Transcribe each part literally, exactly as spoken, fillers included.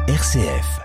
R C F.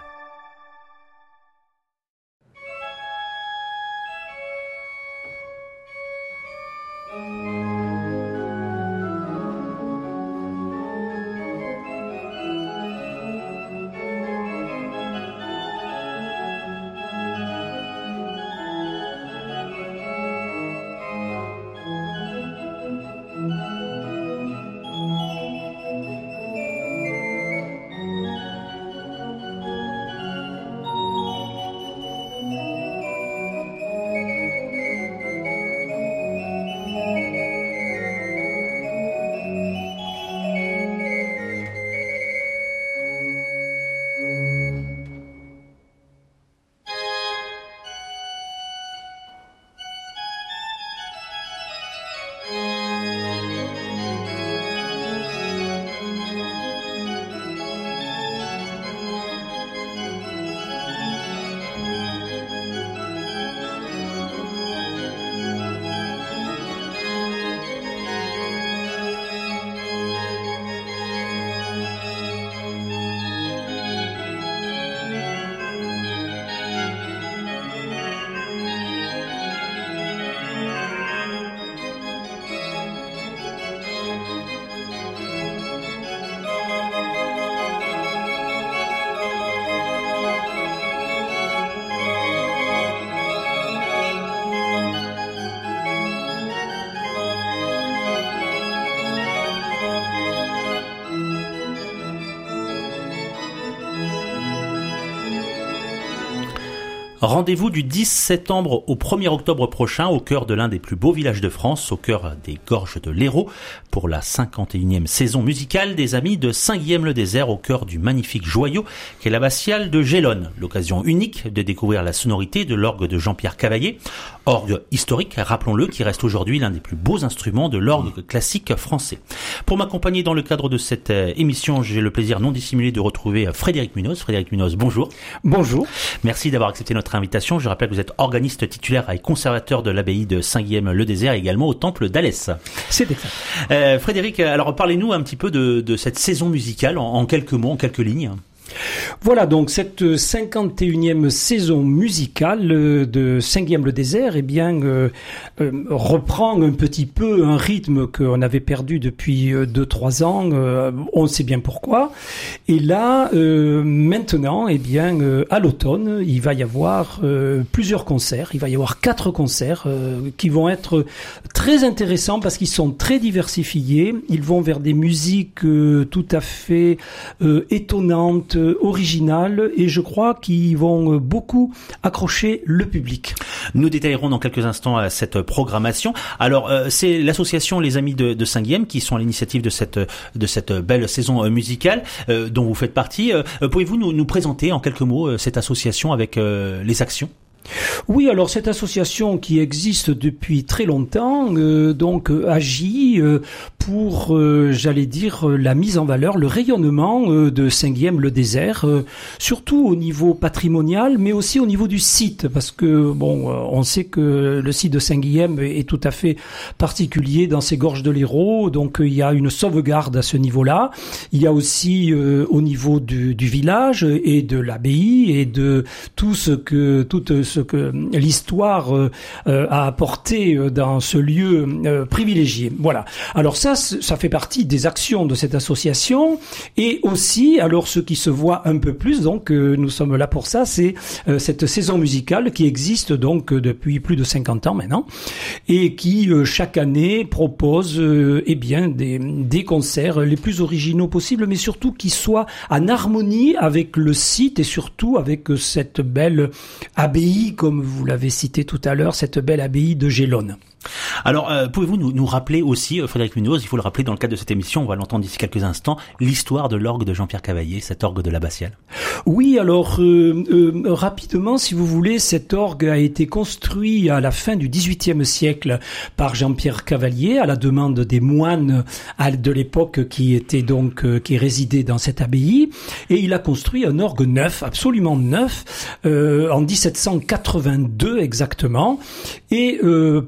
Rendez-vous du dix septembre au premier octobre prochain au cœur de l'un des plus beaux villages de France, au cœur des gorges de l'Hérault, pour la cinquante et unième saison musicale des Amis de Saint-Guilhem-le-Désert, au cœur du magnifique joyau qu'est l'abbatiale de Gélone. L'occasion unique de découvrir la sonorité de l'orgue de Jean-Pierre Cavaillé, orgue historique, rappelons-le, qui reste aujourd'hui l'un des plus beaux instruments de l'orgue classique français. Pour m'accompagner dans le cadre de cette émission, j'ai le plaisir non dissimulé de retrouver Frédéric Munoz. Frédéric Munoz, bonjour. Bonjour. Merci d'avoir accepté notre invitation. Je rappelle que vous êtes organiste titulaire et conservateur de l'abbaye de Saint-Guilhem-le-Désert et également au temple d'Alès. C'est exact. Euh, Frédéric, alors parlez-nous un petit peu de, de cette saison musicale en, en quelques mots, en quelques lignes. Voilà donc cette cinquante et unième saison musicale de Saint-Guilhem-le-Désert eh bien euh, euh, reprend un petit peu un rythme qu'on avait perdu depuis deux trois ans, euh, on sait bien pourquoi. Et là euh, maintenant eh bien euh, à l'automne, il va y avoir euh, plusieurs concerts, il va y avoir quatre concerts euh, qui vont être très intéressants parce qu'ils sont très diversifiés, ils vont vers des musiques euh, tout à fait euh, étonnantes, originales, et je crois qu'ils vont beaucoup accrocher le public. Nous détaillerons dans quelques instants cette programmation. Alors, euh, c'est l'association Les Amis de, de Saint-Guilhem qui sont à l'initiative de cette de cette belle saison musicale euh, dont vous faites partie. Euh, pouvez-vous nous, nous présenter en quelques mots cette association avec euh, les actions ? Oui, alors cette association qui existe depuis très longtemps, euh, donc euh, agit euh, pour, euh, j'allais dire, la mise en valeur, le rayonnement euh, de Saint-Guilhem-le-Désert, euh, surtout au niveau patrimonial, mais aussi au niveau du site, parce que bon, euh, on sait que le site de Saint-Guilhem est tout à fait particulier dans ces gorges de l'Hérault, donc euh, il y a une sauvegarde à ce niveau-là. Il y a aussi euh, au niveau du, du village et de l'abbaye et de tout ce que toute ce que l'histoire euh, a apporté dans ce lieu euh, privilégié. Voilà. Alors ça, ça fait partie des actions de cette association, et aussi, alors ce qui se voit un peu plus, donc euh, nous sommes là pour ça, c'est euh, cette saison musicale qui existe donc depuis plus de cinquante ans maintenant, et qui euh, chaque année propose euh, eh bien des, des concerts les plus originaux possibles, mais surtout qui soient en harmonie avec le site et surtout avec cette belle abbaye, comme vous l'avez cité tout à l'heure, cette belle abbaye de Gélone. Alors, euh, pouvez-vous nous, nous rappeler aussi, euh, Frédéric Munoz, il faut le rappeler dans le cadre de cette émission, on va l'entendre d'ici quelques instants, l'histoire de l'orgue de Jean-Pierre Cavaillé, cet orgue de l'abbatiale. Oui, alors euh, euh, rapidement, si vous voulez, cet orgue a été construit à la fin du dix-huitième siècle par Jean-Pierre Cavaillé, à la demande des moines de l'époque qui étaient donc euh, qui résidaient dans cette abbaye, et il a construit un orgue neuf, absolument neuf, euh, en dix-sept cent quatre-vingt-deux exactement, et euh, par chance,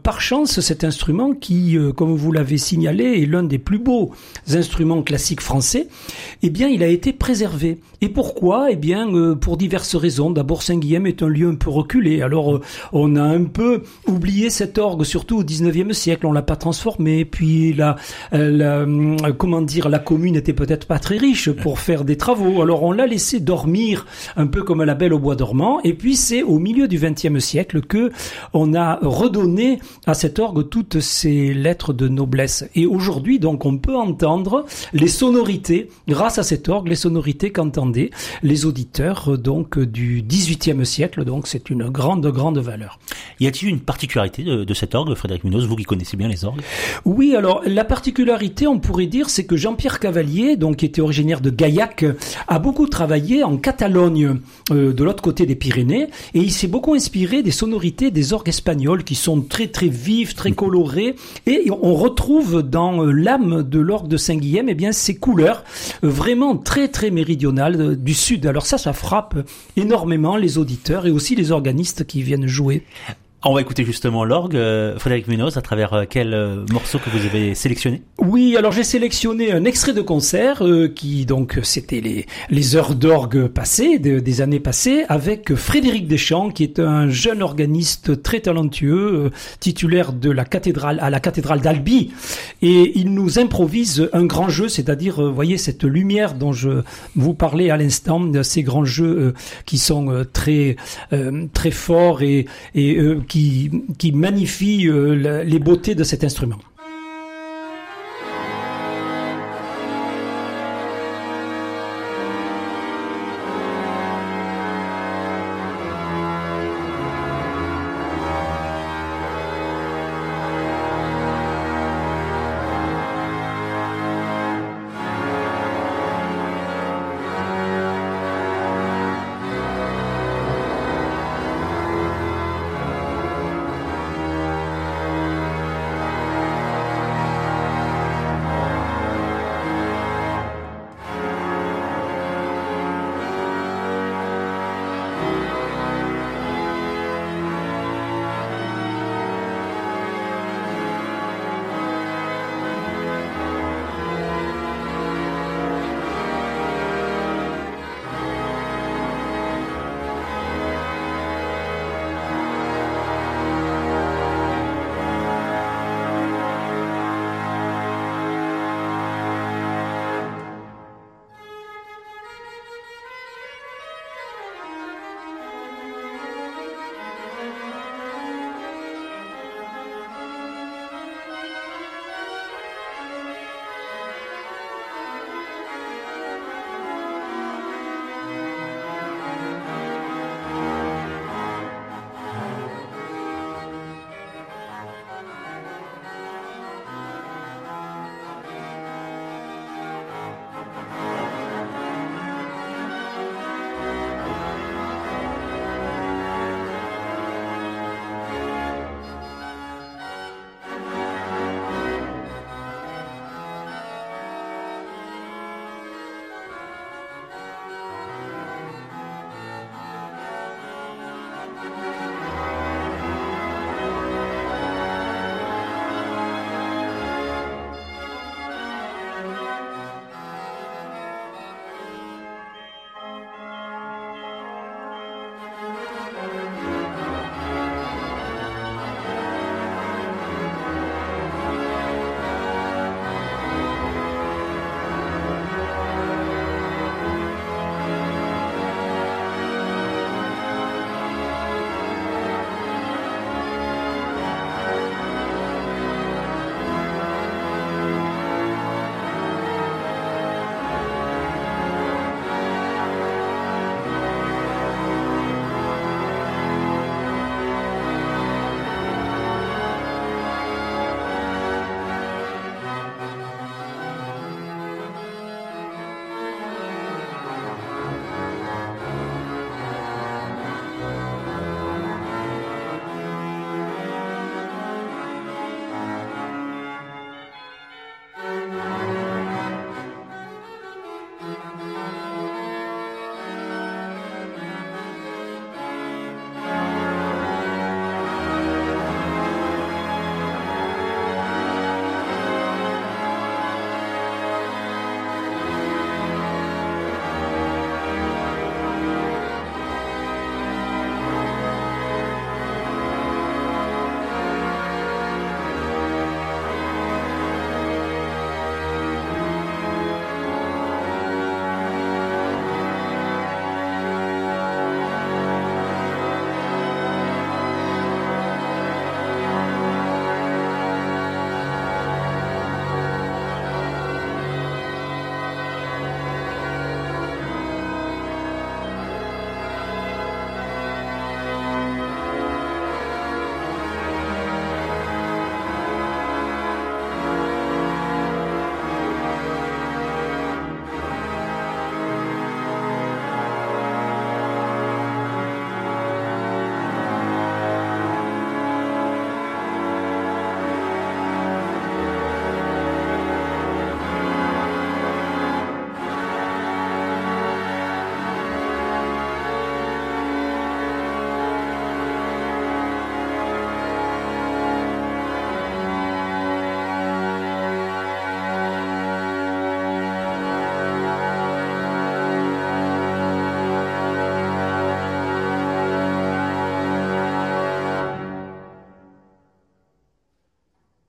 France, cet instrument qui, euh, comme vous l'avez signalé, est l'un des plus beaux instruments classiques français, eh bien, il a été préservé. Et pourquoi ? Eh bien, euh, pour diverses raisons. D'abord, Saint-Guilhem est un lieu un peu reculé. Alors, euh, on a un peu oublié cet orgue, surtout au dix-neuvième siècle. On l'a pas transformé. Puis, la, euh, la euh, comment dire, la commune était peut-être pas très riche pour faire des travaux. Alors, on l'a laissé dormir un peu comme la Belle au bois dormant. Et puis, c'est au milieu du vingtième siècle que on a redonné à cet orgue toutes ses lettres de noblesse. Et aujourd'hui, donc, on peut entendre les sonorités, grâce à cet orgue, les sonorités qu'entendaient les auditeurs donc du dix-huitième siècle. Donc, c'est une grande, grande valeur. Y a-t-il une particularité de, de cet orgue, Frédéric Munoz, vous qui connaissez bien les orgues ? Oui, alors, la particularité, on pourrait dire, c'est que Jean-Pierre Cavalier, donc, qui était originaire de Gaillac, a beaucoup travaillé en Catalogne, euh, de l'autre côté des Pyrénées, et il s'est beaucoup inspiré des sonorités des orgues espagnols, qui sont très, très vives, très colorées, et on retrouve dans l'âme de l'orgue de Saint-Guilhem, eh bien, ces couleurs vraiment très, très méridionales du sud. Alors ça, ça frappe énormément les auditeurs et aussi les organistes qui viennent jouer. On va écouter justement l'orgue, euh, Frédéric Munoz, à travers euh, quel euh, morceau que vous avez sélectionné ? Oui, alors j'ai sélectionné un extrait de concert euh, qui, donc, c'était les les heures d'orgue passées, de, des années passées, avec Frédéric Deschamps, qui est un jeune organiste très talentueux, euh, titulaire de la cathédrale à la cathédrale d'Albi, et il nous improvise un grand jeu, c'est-à-dire, euh, voyez cette lumière dont je vous parlais à l'instant, de ces grands jeux euh, qui sont euh, très euh, très forts et et euh, qui, qui magnifie euh, les beautés de cet instrument.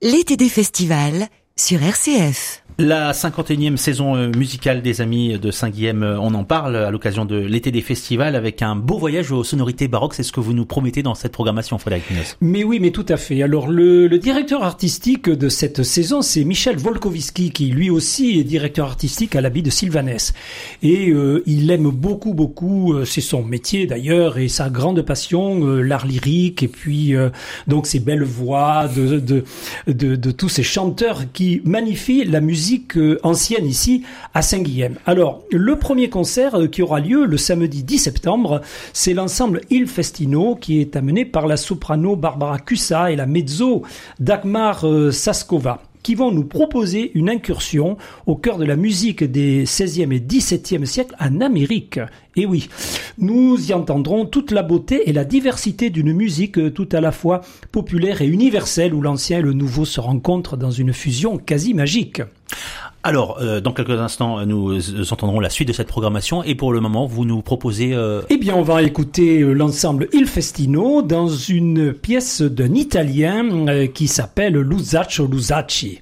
L'été des festivals sur R C F. La cinquante et unième saison musicale des Amis de Saint-Guilhem, on en parle à l'occasion de l'été des festivals avec un beau voyage aux sonorités baroques. C'est ce que vous nous promettez dans cette programmation, Frédéric Munoz. Mais oui, mais tout à fait. Alors le, le directeur artistique de cette saison, c'est Michel Volkowski, qui lui aussi est directeur artistique à l'habit de Sylvanès. Et euh, il aime beaucoup, beaucoup, euh, c'est son métier d'ailleurs, et sa grande passion, euh, l'art lyrique, et puis euh, donc ces belles voix de, de, de, de tous ces chanteurs qui magnifient la musique ancienne ici à Saint-Guilhem. Alors, le premier concert qui aura lieu le samedi dix septembre, c'est l'ensemble Il Festino qui est amené par la soprano Barbara Cussa et la mezzo Dagmar Saskova, qui vont nous proposer une incursion au cœur de la musique des seizième et dix-septième siècles en Amérique. Et oui, nous y entendrons toute la beauté et la diversité d'une musique tout à la fois populaire et universelle, où l'ancien et le nouveau se rencontrent dans une fusion quasi magique. Alors, euh, dans quelques instants, nous entendrons la suite de cette programmation, et pour le moment, vous nous proposez... Euh... Eh bien, on va écouter l'ensemble Il Festino dans une pièce d'un Italien euh, qui s'appelle Luzaccio Luzacci.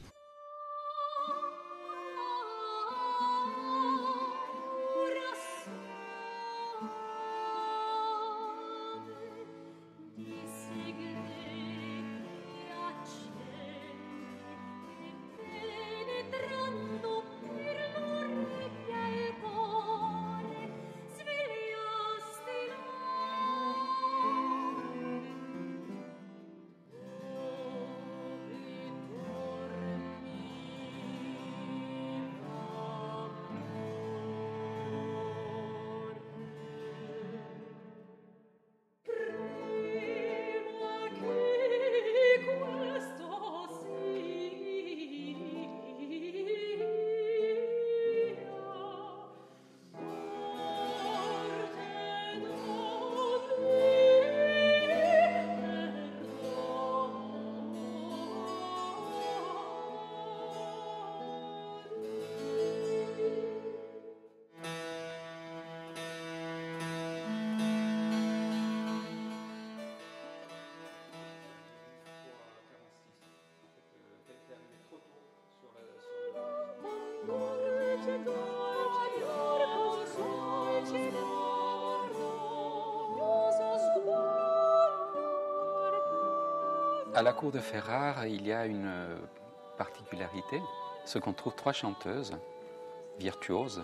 À la cour de Ferrare, il y a une particularité, c'est qu'on trouve trois chanteuses virtuoses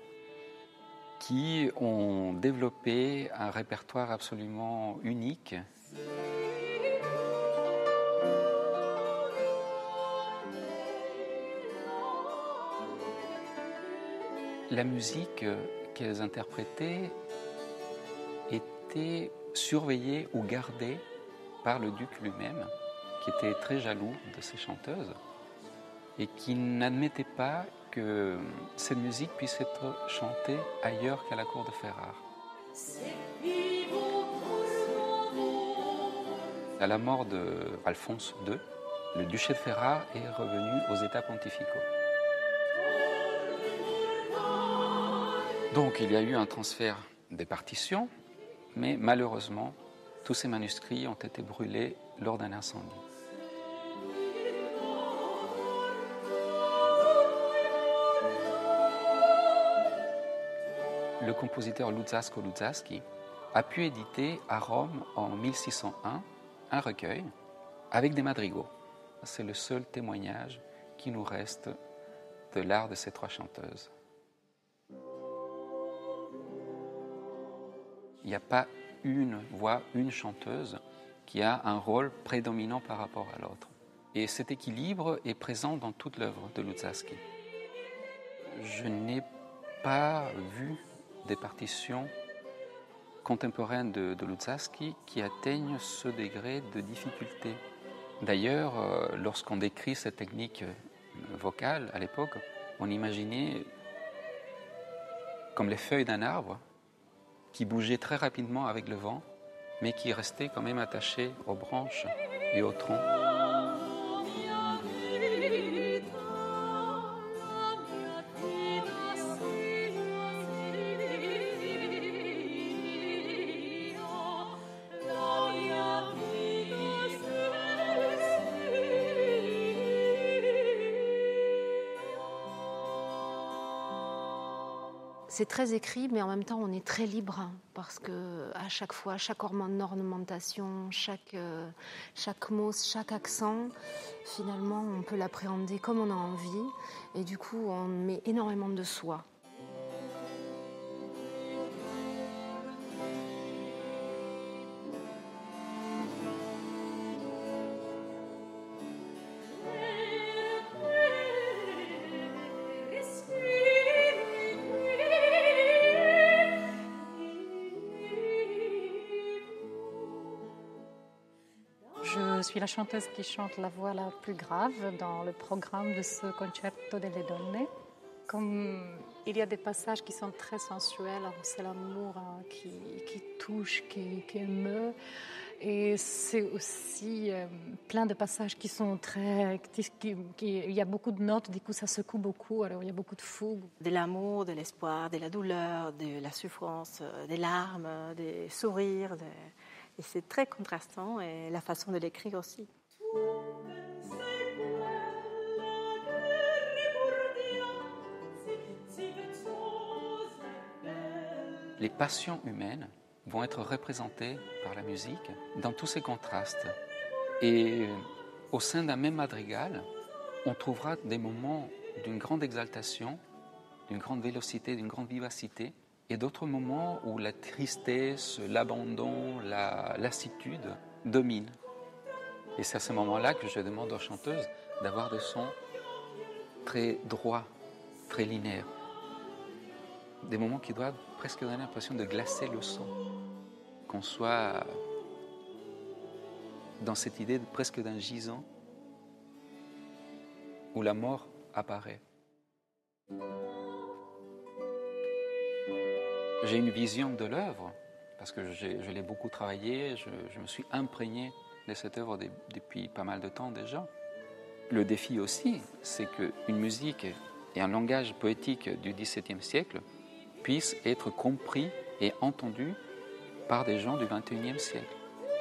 qui ont développé un répertoire absolument unique. La musique qu'elles interprétaient était surveillée ou gardée par le duc lui-même, qui était très jaloux de ces chanteuses et qui n'admettait pas que cette musique puisse être chantée ailleurs qu'à la cour de Ferrare. À la mort d'Alphonse deux, le duché de Ferrare est revenu aux États pontificaux. Donc il y a eu un transfert des partitions, mais malheureusement, tous ces manuscrits ont été brûlés lors d'un incendie. Le compositeur Luzzasco Luzzaschi a pu éditer à Rome en mille six cent un un recueil avec des madrigaux. C'est le seul témoignage qui nous reste de l'art de ces trois chanteuses. Il n'y a pas une voix, une chanteuse qui a un rôle prédominant par rapport à l'autre. Et cet équilibre est présent dans toute l'œuvre de Luzzaschi. Je n'ai pas vu des partitions contemporaines de, de Luzzaschi qui atteignent ce degré de difficulté. D'ailleurs, euh, lorsqu'on décrit cette technique vocale à l'époque, on imaginait comme les feuilles d'un arbre qui bougeaient très rapidement avec le vent, mais qui restaient quand même attachées aux branches et au tronc. C'est très écrit, mais en même temps, on est très libre, hein, parce que à chaque fois, chaque ornementation, chaque, euh, chaque mot, chaque accent, finalement, on peut l'appréhender comme on a envie. Et du coup, on met énormément de soi. Je suis la chanteuse qui chante la voix la plus grave dans le programme de ce Concerto delle Donne. Comme il y a des passages qui sont très sensuels, c'est l'amour qui, qui touche, qui, qui émeut. Et c'est aussi euh, plein de passages qui sont très... Qui, qui, il y a beaucoup de notes, du coup ça secoue beaucoup, alors il y a beaucoup de fougue. De l'amour, de l'espoir, de la douleur, de la souffrance, des larmes, des sourires. De... Et c'est très contrastant, et la façon de l'écrire aussi. Les passions humaines vont être représentées par la musique dans tous ces contrastes. Et au sein d'un même madrigal, on trouvera des moments d'une grande exaltation, d'une grande vélocité, d'une grande vivacité, et d'autres moments où la tristesse, l'abandon, la lassitude dominent. Et c'est à ce moment-là que je demande aux chanteuses d'avoir des sons très droits, très linéaires. Des moments qui doivent presque donner l'impression de glacer le son. Qu'on soit dans cette idée de, presque d'un gisant où la mort apparaît. J'ai une vision de l'œuvre, parce que j'ai, je l'ai beaucoup travaillé, je, je me suis imprégné de cette œuvre de, depuis pas mal de temps déjà. Le défi aussi, c'est qu'une musique et un langage poétique du dix-septième siècle puissent être compris et entendus par des gens du vingt et unième siècle.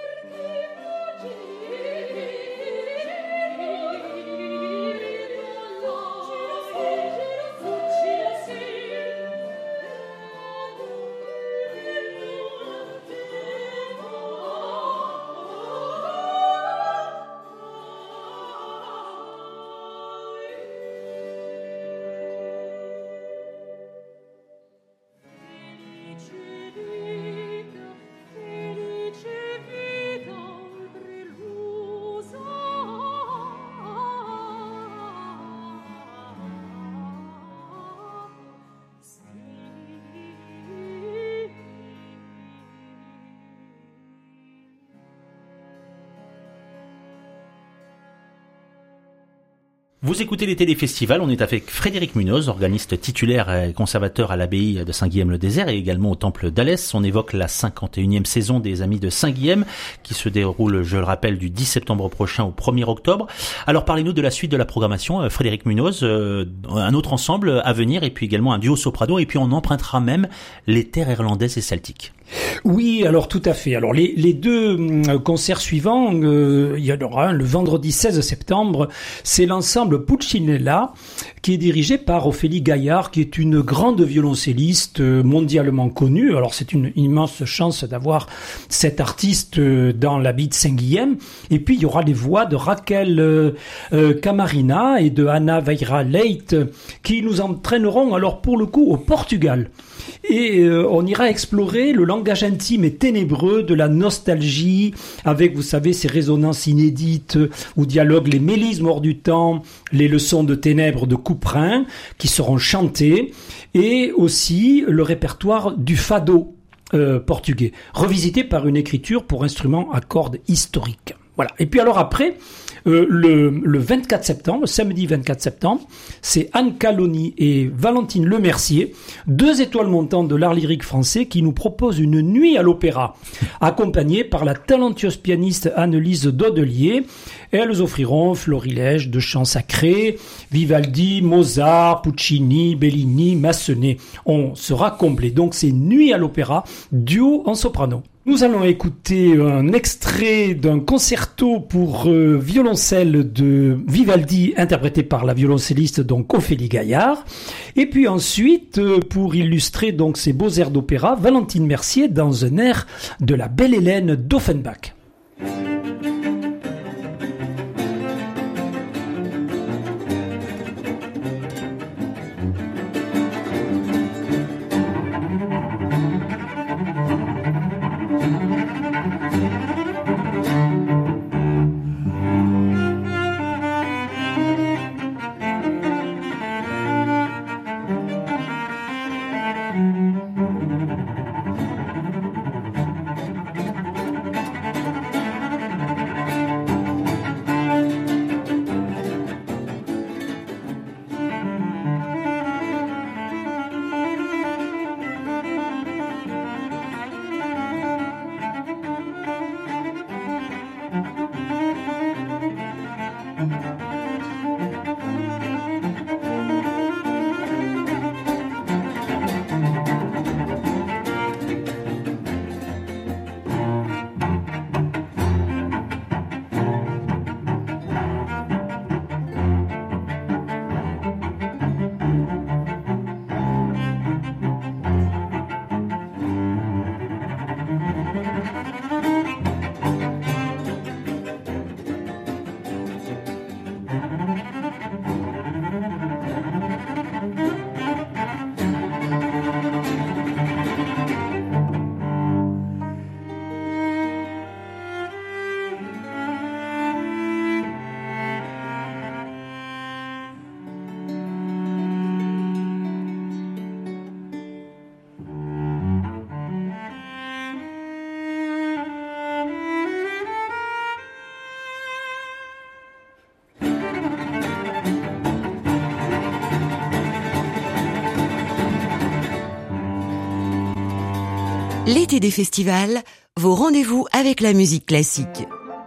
Vous écoutez les téléfestivals, on est avec Frédéric Munoz, organiste titulaire et conservateur à l'abbaye de Saint-Guilhem-le-Désert et également au temple d'Alès. On évoque la cinquante et unième saison des Amis de Saint-Guilhem qui se déroule, je le rappelle, du dix septembre prochain au premier octobre. Alors parlez-nous de la suite de la programmation, Frédéric Munoz, euh, un autre ensemble à venir et puis également un duo soprano et puis on empruntera même les terres irlandaises et celtiques. Oui, alors tout à fait. Alors les, les deux euh, concerts suivants, euh, il y en aura un le vendredi seize septembre, c'est l'ensemble Pulcinella qui est dirigé par Ophélie Gaillard, qui est une grande violoncelliste euh, mondialement connue. Alors c'est une immense chance d'avoir cet artiste euh, dans l'abbaye de Saint-Guilhem. Et puis il y aura les voix de Raquel euh, euh, Camarina et de Anna Veira Leit qui nous entraîneront alors pour le coup au Portugal. Et euh, on ira explorer le langage intime et ténébreux de la nostalgie, avec, vous savez, ces résonances inédites où dialoguent les mélismes hors du temps, les leçons de ténèbres de Couperin, qui seront chantées, et aussi le répertoire du fado euh, portugais, revisité par une écriture pour instruments à cordes historiques. Voilà. Et puis alors après, euh, le, le vingt-quatre septembre, samedi vingt-quatre septembre, c'est Anne Caloni et Valentine Lemercier, deux étoiles montantes de l'art lyrique français, qui nous proposent une nuit à l'opéra, accompagnée par la talentueuse pianiste Annelise Dodelier. Et elles offriront florilège de chants sacrés, Vivaldi, Mozart, Puccini, Bellini, Massenet. On sera comblé. Donc c'est nuit à l'opéra, duo en soprano. Nous allons écouter un extrait d'un concerto pour euh, violoncelle de Vivaldi, interprété par la violoncelliste donc Ophélie Gaillard. Et puis ensuite, euh, pour illustrer donc ces beaux airs d'opéra, Valentine Mercier dans un air de la Belle Hélène d'Offenbach. L'été des festivals, vos rendez-vous avec la musique classique.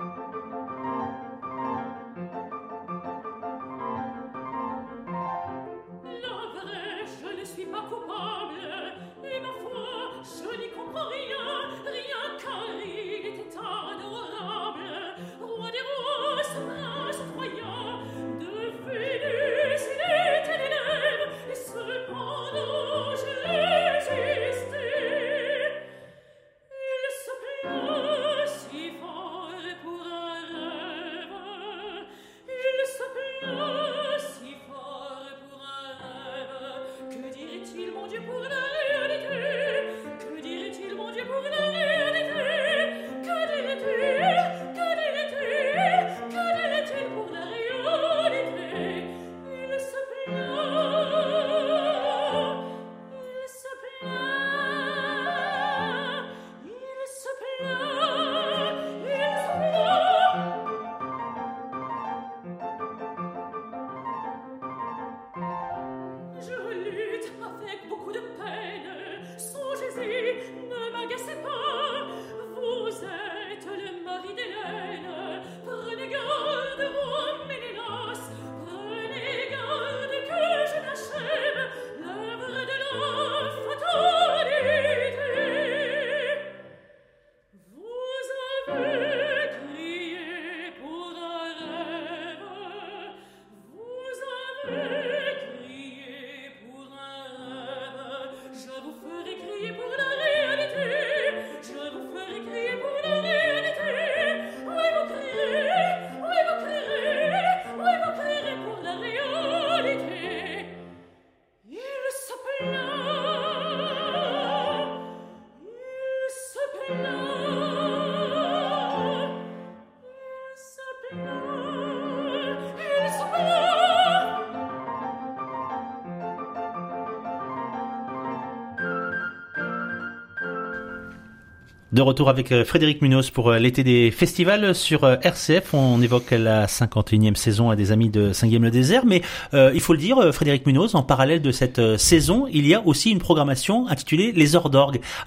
De retour avec Frédéric Munoz pour l'été des festivals sur R C F. On évoque la cinquante et unième saison à des amis de Saint-Guilhem-le-Désert, mais euh, il faut le dire, Frédéric Munoz, en parallèle de cette saison, il y a aussi une programmation intitulée Les Heures d'Orgue. Alors, qui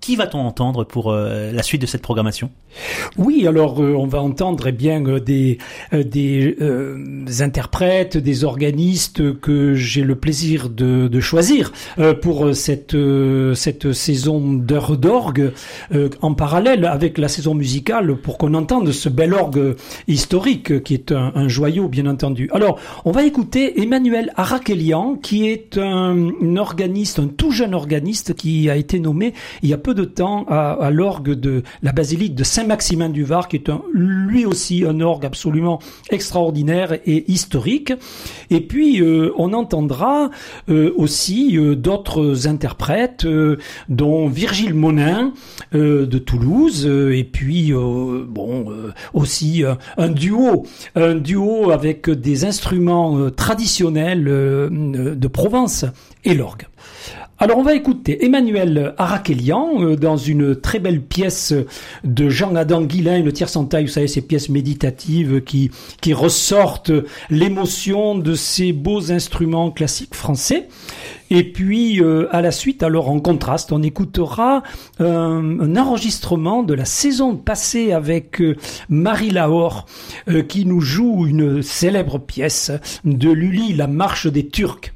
Qui va-t-on entendre pour euh, la suite de cette programmation ? Oui, alors euh, on va entendre eh bien euh, des euh, des euh, interprètes, des organistes que j'ai le plaisir de, de choisir euh, pour cette euh, cette saison d'heures d'orgue euh, en parallèle avec la saison musicale pour qu'on entende ce bel orgue historique qui est un, un joyau bien entendu. Alors on va écouter Emmanuel Arakelian qui est un, un organiste, un tout jeune organiste qui a été nommé il y a peu de temps à, à l'orgue de la basilique de Saint-Maximin-du-Var, qui est un, lui aussi un orgue absolument extraordinaire et historique. Et puis euh, on entendra euh, aussi euh, d'autres interprètes, euh, dont Virgile Monin euh, de Toulouse, euh, et puis euh, bon euh, aussi euh, un duo, un duo avec des instruments euh, traditionnels euh, de Provence et l'orgue. Alors on va écouter Emmanuel Arakelian euh, dans une très belle pièce de Jean-Adam Guillain, une tierce en taille, vous savez, ces pièces méditatives qui qui ressortent l'émotion de ces beaux instruments classiques français. Et puis euh, à la suite, alors en contraste, on écoutera euh, un enregistrement de la saison passée avec euh, Marie Lahore euh, qui nous joue une célèbre pièce de Lully, La Marche des Turcs.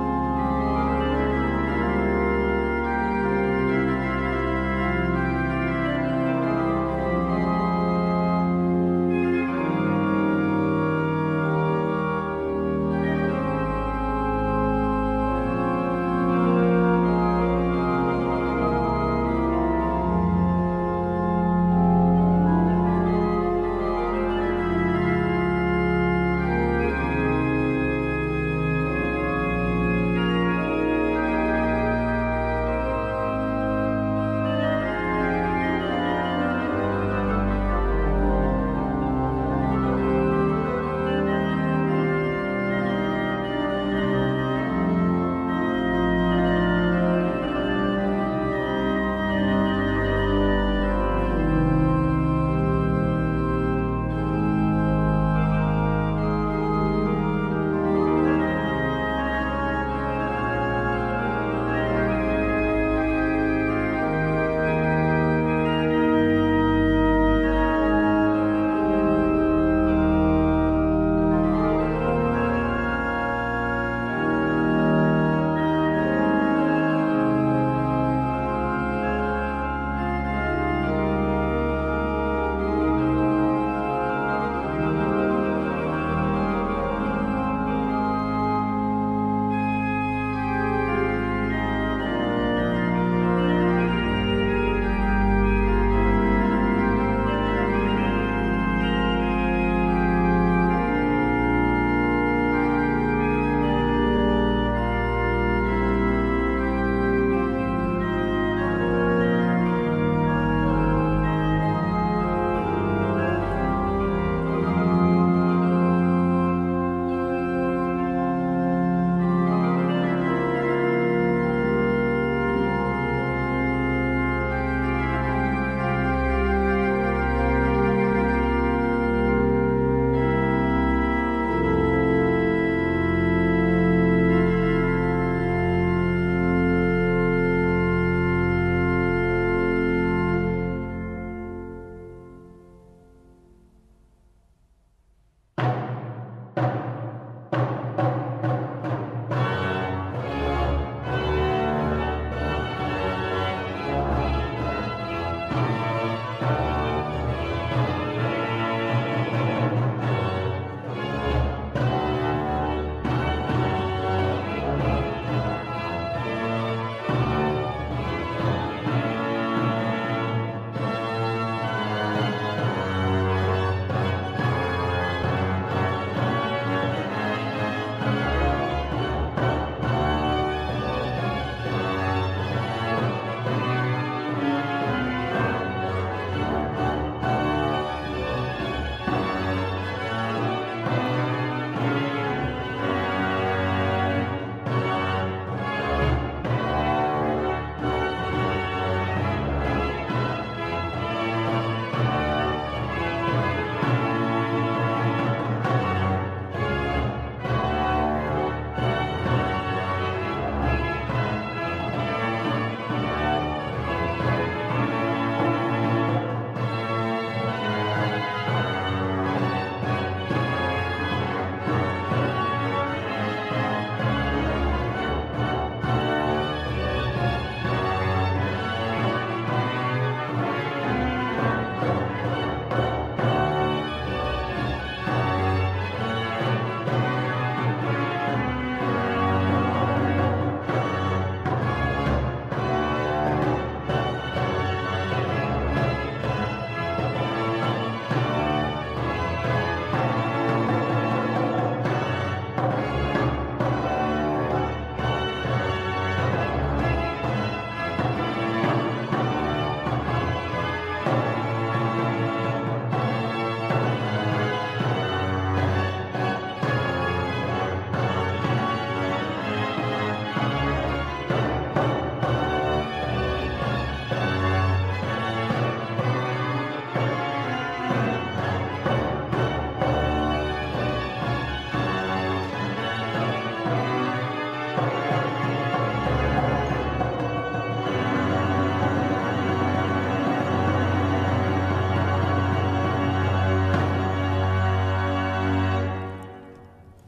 Thank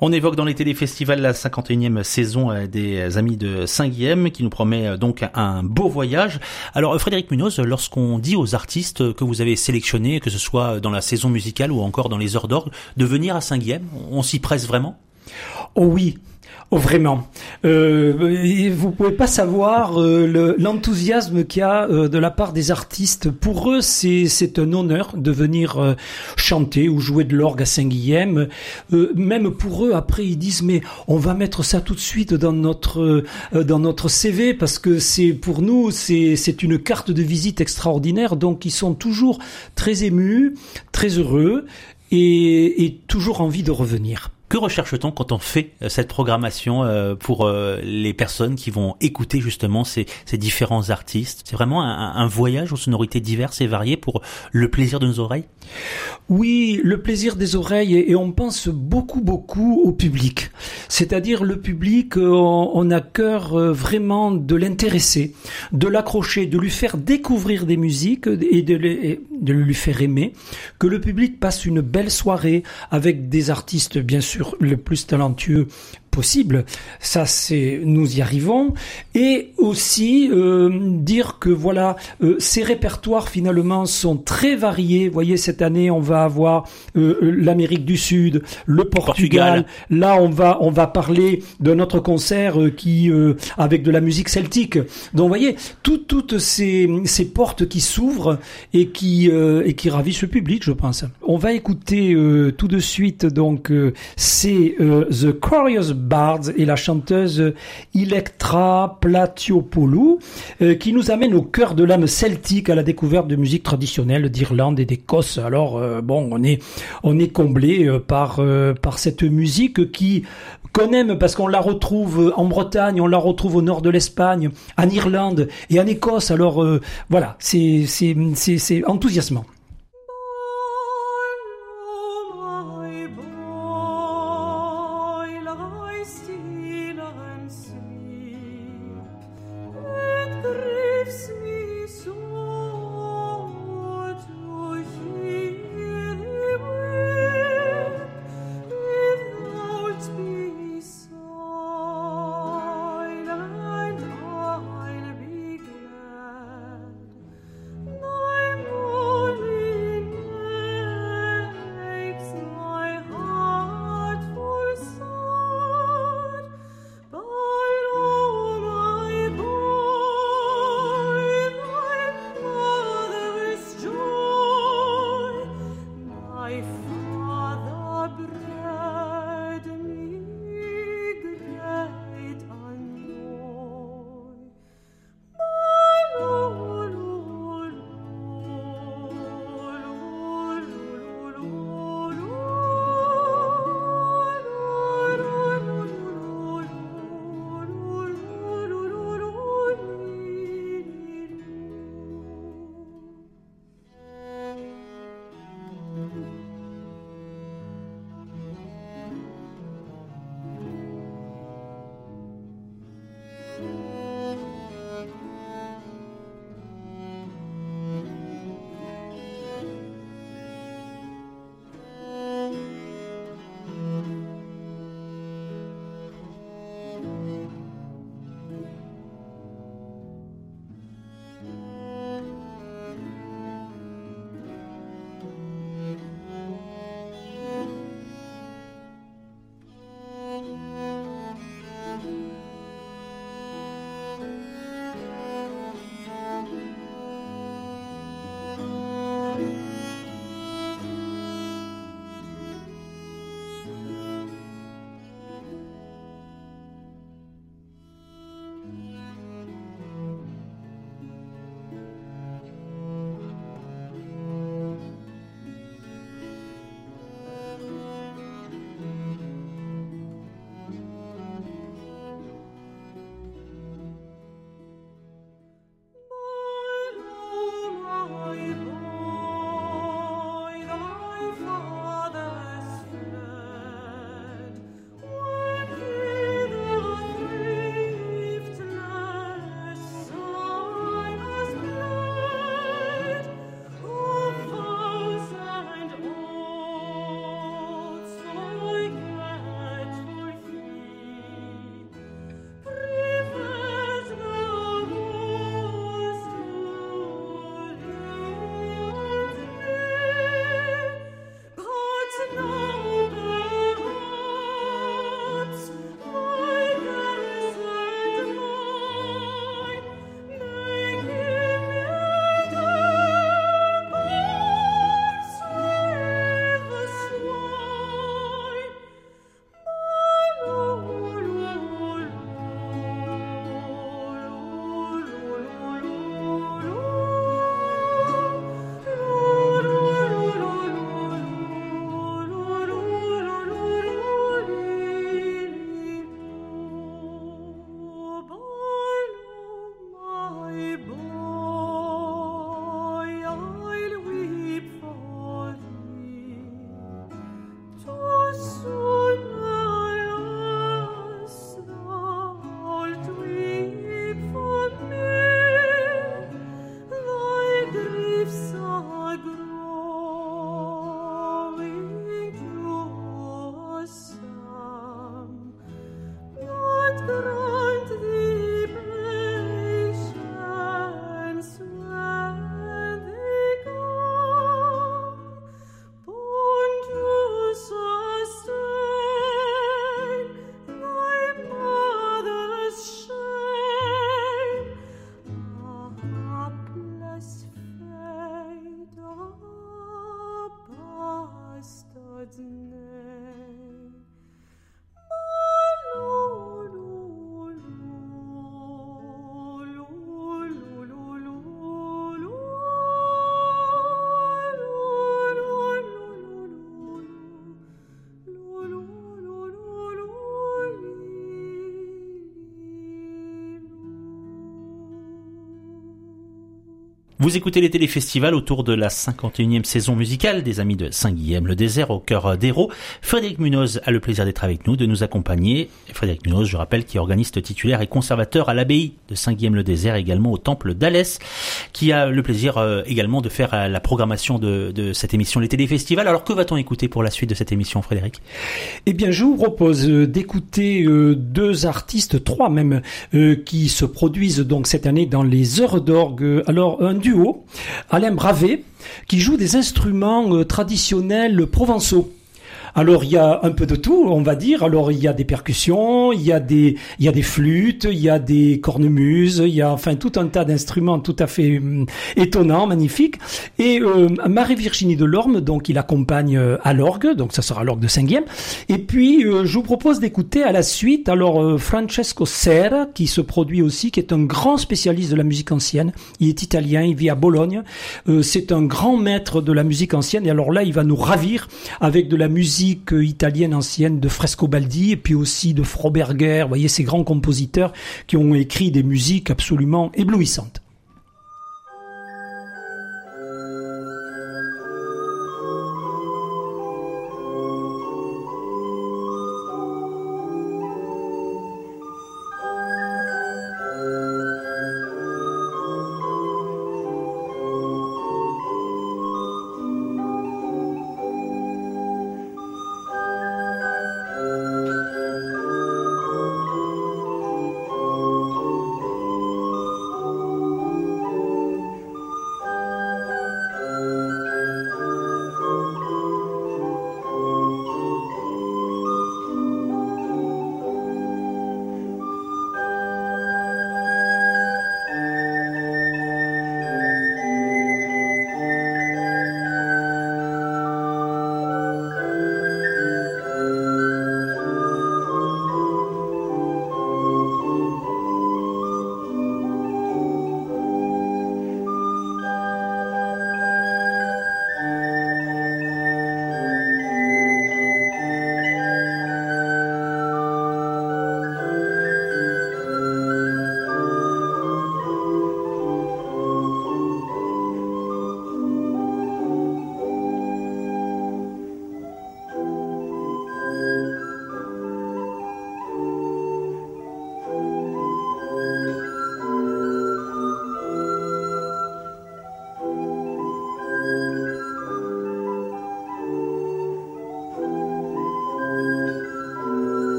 On évoque dans les téléfestivals la cinquante et unième saison des Amis de Saint-Guilhem qui nous promet donc un beau voyage. Alors Frédéric Munoz, lorsqu'on dit aux artistes que vous avez sélectionnés, que ce soit dans la saison musicale ou encore dans les heures d'orgue, de venir à Saint-Guilhem, on s'y presse vraiment ? Oh oui. Oh vraiment, euh, vous pouvez pas savoir euh, le, l'enthousiasme qu'il y a euh, de la part des artistes. Pour eux, c'est c'est un honneur de venir euh, chanter ou jouer de l'orgue à Saint-Guilhem. Euh, même pour eux, après ils disent mais on va mettre ça tout de suite dans notre euh, dans notre C V parce que c'est pour nous c'est c'est une carte de visite extraordinaire. Donc ils sont toujours très émus, très heureux et, et toujours envie de revenir. Que recherche-t-on quand on fait cette programmation pour les personnes qui vont écouter justement ces, ces différents artistes ? C'est vraiment un, un voyage aux sonorités diverses et variées pour le plaisir de nos oreilles ? Oui, le plaisir des oreilles et on pense beaucoup beaucoup au public. C'est-à-dire le public, on, on a cœur vraiment de l'intéresser, de l'accrocher, de lui faire découvrir des musiques et de, les, de lui faire aimer. Que le public passe une belle soirée avec des artistes bien sûr le plus talentueux possible, ça c'est nous y arrivons, et aussi euh, dire que voilà euh, ces répertoires finalement sont très variés. Vous voyez, cette année on va avoir euh, l'Amérique du Sud, le Portugal. Portugal. Là on va on va parler de notre concert euh, qui euh, avec de la musique celtique. Donc vous voyez tout, toutes ces ces portes qui s'ouvrent et qui euh, et qui ravissent le public, je pense. On va écouter euh, tout de suite donc euh, c'est euh, The Curious Bards et la chanteuse Electra Platiopoulou euh, qui nous amène au cœur de l'âme celtique à la découverte de musique traditionnelle d'Irlande et d'Écosse. Alors euh, bon, on est on est comblé euh, par euh, par cette musique qui qu'on aime parce qu'on la retrouve en Bretagne, on la retrouve au nord de l'Espagne, en Irlande et en Écosse. Alors euh, voilà, c'est c'est c'est c'est enthousiasmant. Vous écoutez les téléfestivals autour de la cinquante et unième saison musicale des Amis de Saint-Guilhem-le-Désert au cœur d'Hérault. Frédéric Munoz a le plaisir d'être avec nous, de nous accompagner. Frédéric Munoz, je rappelle, qui est organiste titulaire et conservateur à l'abbaye de Saint-Guilhem-le-Désert, également au temple d'Alès, qui a le plaisir euh, également de faire euh, la programmation de, de cette émission, les téléfestivals. Alors que va-t-on écouter pour la suite de cette émission, Frédéric ? Eh bien, je vous propose d'écouter euh, deux artistes, trois même, euh, qui se produisent donc cette année dans les heures d'orgue. Alors, un duo, Alain Bravet, qui joue des instruments euh, traditionnels provençaux. Alors il y a un peu de tout, on va dire. Alors il y a des percussions, il y a des il y a des flûtes, il y a des cornemuses, il y a enfin tout un tas d'instruments tout à fait hum, étonnants, magnifiques. Et euh, Marie-Virginie Delorme, donc il accompagne euh, à l'orgue, donc ça sera l'orgue de Saint-Guilhem. Et puis euh, je vous propose d'écouter à la suite alors euh, Francesco Serra, qui se produit aussi, qui est un grand spécialiste de la musique ancienne. Il est italien, il vit à Bologne. Euh, c'est un grand maître de la musique ancienne. Et alors là, il va nous ravir avec de la musique italienne ancienne de Frescobaldi et puis aussi de Froberger, vous voyez ces grands compositeurs qui ont écrit des musiques absolument éblouissantes. Thank you.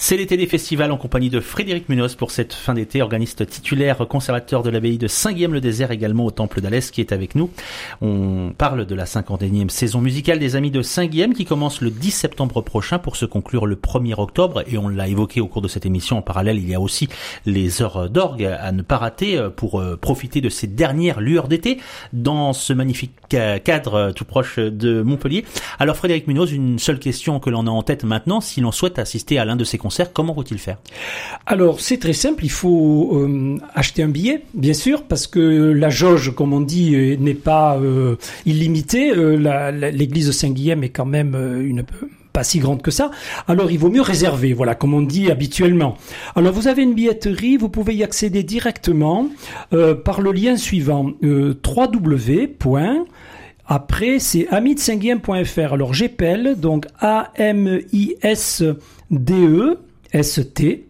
C'est l'été des festivals en compagnie de Frédéric Munoz pour cette fin d'été, organiste titulaire, conservateur de l'abbaye de Saint-Guillaume-le-Désert, également au Temple d'Alès, qui est avec nous. On parle de la cinquante et unième saison musicale des Amis de Saint-Guillaume qui commence le dix septembre prochain pour se conclure le premier octobre. Et on l'a évoqué au cours de cette émission, en parallèle, il y a aussi les heures d'orgue à ne pas rater pour profiter de ces dernières lueurs d'été dans ce magnifique cadre tout proche de Montpellier. Alors Frédéric Munoz, une seule question que l'on a en tête maintenant, si l'on souhaite assister à l'un de ces concerts, comment faut-il faire? Alors c'est très simple, il faut euh, acheter un billet, bien sûr, parce que la jauge, comme on dit, n'est pas euh, illimitée. Euh, la, la, l'église de Saint-Guillaume est quand même euh, une pas si grande que ça. Alors il vaut mieux réserver, voilà, comme on dit habituellement. Alors vous avez une billetterie, vous pouvez y accéder directement euh, par le lien suivant euh, w w w Après, c'est amis de saint guillaume point f r. Alors, j'appelle, donc A M I S D E S T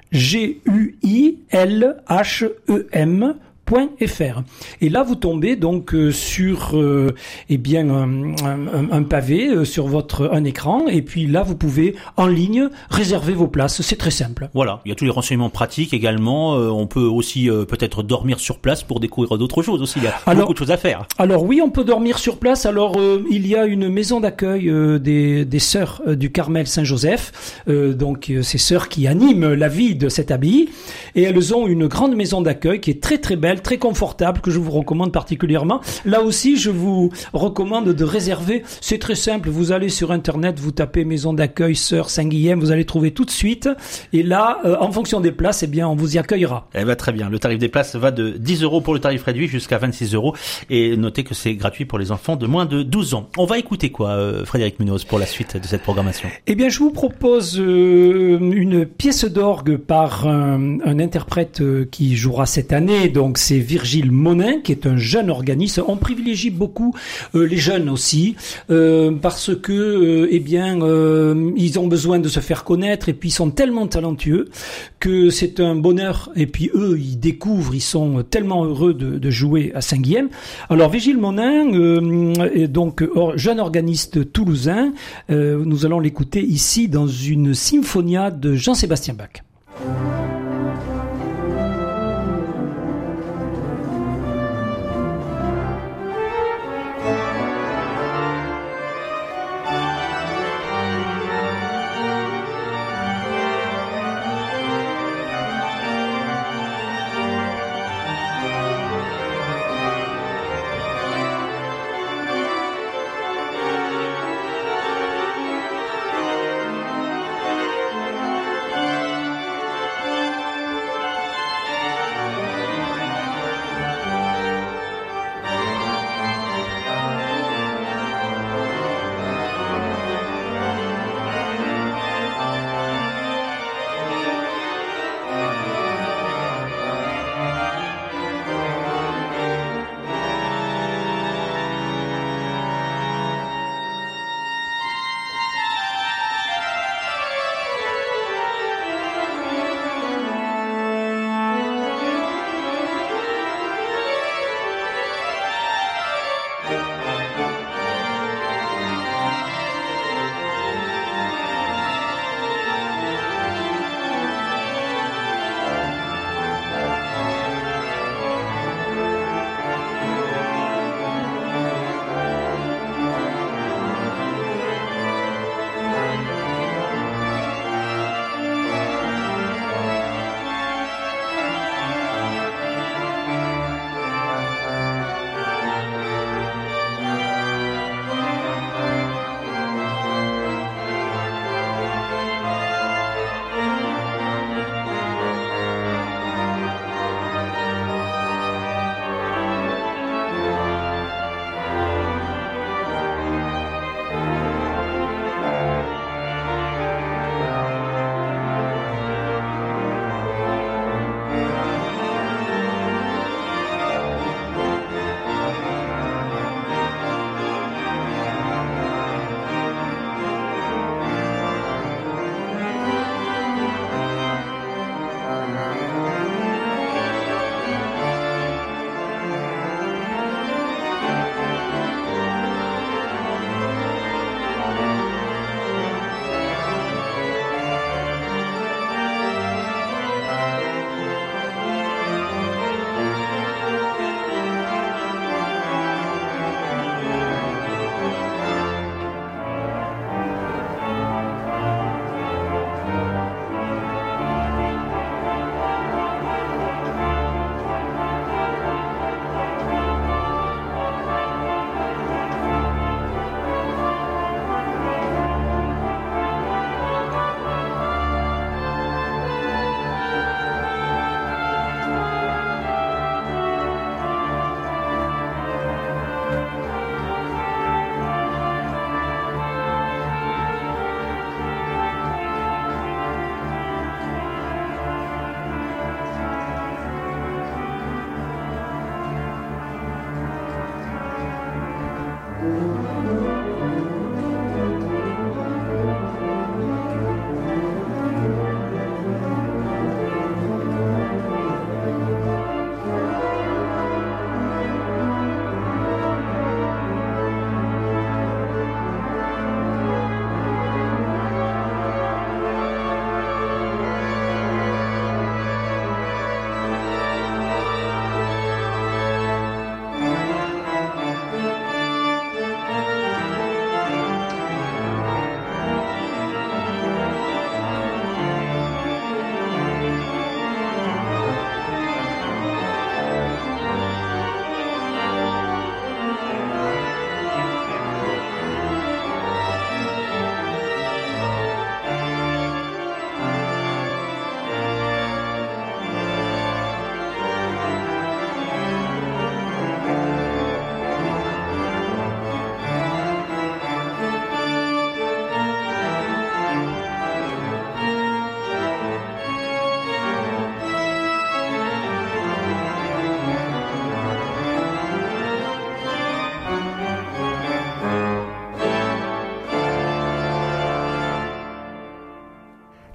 G U I L H E M .fr. Et là, vous tombez donc euh, sur euh, eh bien un, un, un pavé euh, sur votre un écran, et puis là, vous pouvez en ligne réserver vos places. C'est très simple. Voilà, il y a tous les renseignements pratiques également. Euh, on peut aussi euh, peut-être dormir sur place pour découvrir d'autres choses aussi. Il y a alors, beaucoup de choses à faire. Alors oui, on peut dormir sur place. Alors euh, il y a une maison d'accueil euh, des, des sœurs euh, du Carmel Saint-Joseph. Euh, donc euh, ces sœurs qui animent la vie de cette abbaye, et elles ont une grande maison d'accueil qui est très très belle, très confortable, que je vous recommande particulièrement. Là aussi, je vous recommande de réserver. C'est très simple. Vous allez sur Internet, vous tapez maison d'accueil Sœur Saint-Guillaume, vous allez trouver tout de suite. Et là, euh, en fonction des places, eh bien, on vous y accueillera. Eh ben, très bien. Le tarif des places va de dix euros pour le tarif réduit jusqu'à vingt-six euros. Et notez que c'est gratuit pour les enfants de moins de douze ans. On va écouter quoi, euh, Frédéric Munoz, pour la suite de cette programmation? Eh bien, je vous propose euh, une pièce d'orgue par un, un interprète euh, qui jouera cette année. Donc, c'est Virgile Monin, qui est un jeune organiste. On privilégie beaucoup euh, les jeunes aussi, euh, parce que, euh, eh bien, euh, ils ont besoin de se faire connaître, et puis ils sont tellement talentueux que c'est un bonheur. Et puis eux, ils découvrent, ils sont tellement heureux de, de jouer à Saint-Guillaume. Alors, Virgile Monin, euh, est donc or, jeune organiste toulousain. Euh, nous allons l'écouter ici dans une symphonia de Jean-Sébastien Bach.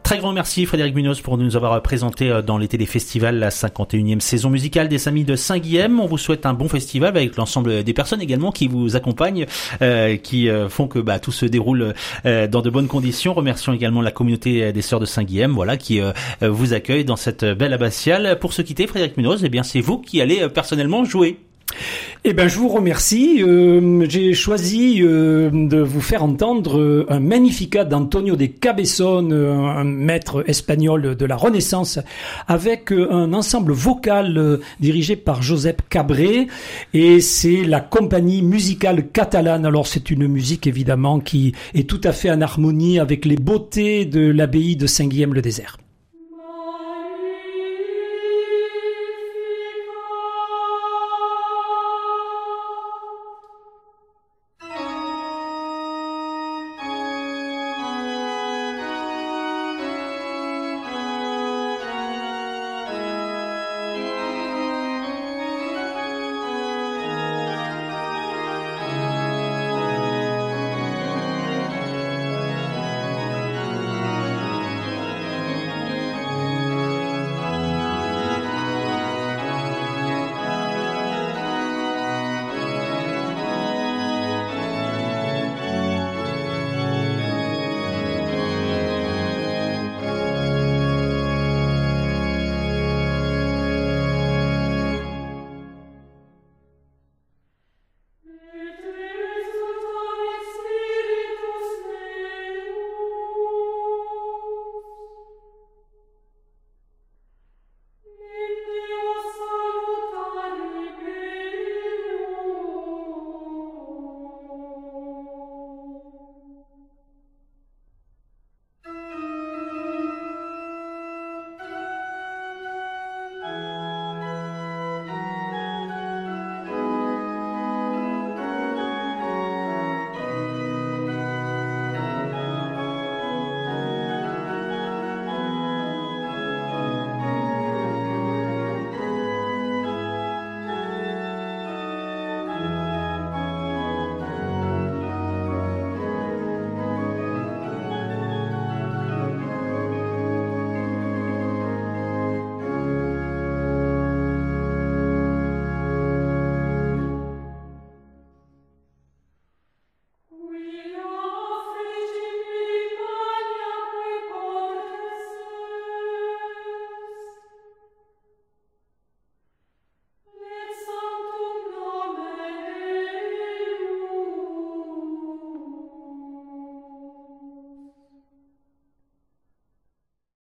Très grand merci Frédéric Munoz pour nous avoir présenté dans l'été des festivals la cinquante et unième saison musicale des Amis de Saint-Guilhem. On vous souhaite un bon festival avec l'ensemble des personnes également qui vous accompagnent, euh, qui euh, font que bah, tout se déroule euh, dans de bonnes conditions. Remercions également la communauté des Sœurs de Saint-Guilhem, voilà, qui euh, vous accueille dans cette belle abbatiale. Pour se quitter, Frédéric Munoz, eh bien c'est vous qui allez euh, personnellement jouer. Eh ben, je vous remercie. Euh, j'ai choisi euh, de vous faire entendre euh, un Magnificat d'Antonio de Cabezón, euh, un maître espagnol de la Renaissance, avec euh, un ensemble vocal euh, dirigé par Josep Cabré, et c'est la compagnie musicale catalane. Alors, c'est une musique évidemment qui est tout à fait en harmonie avec les beautés de l'abbaye de Saint-Guilhem-le-Désert.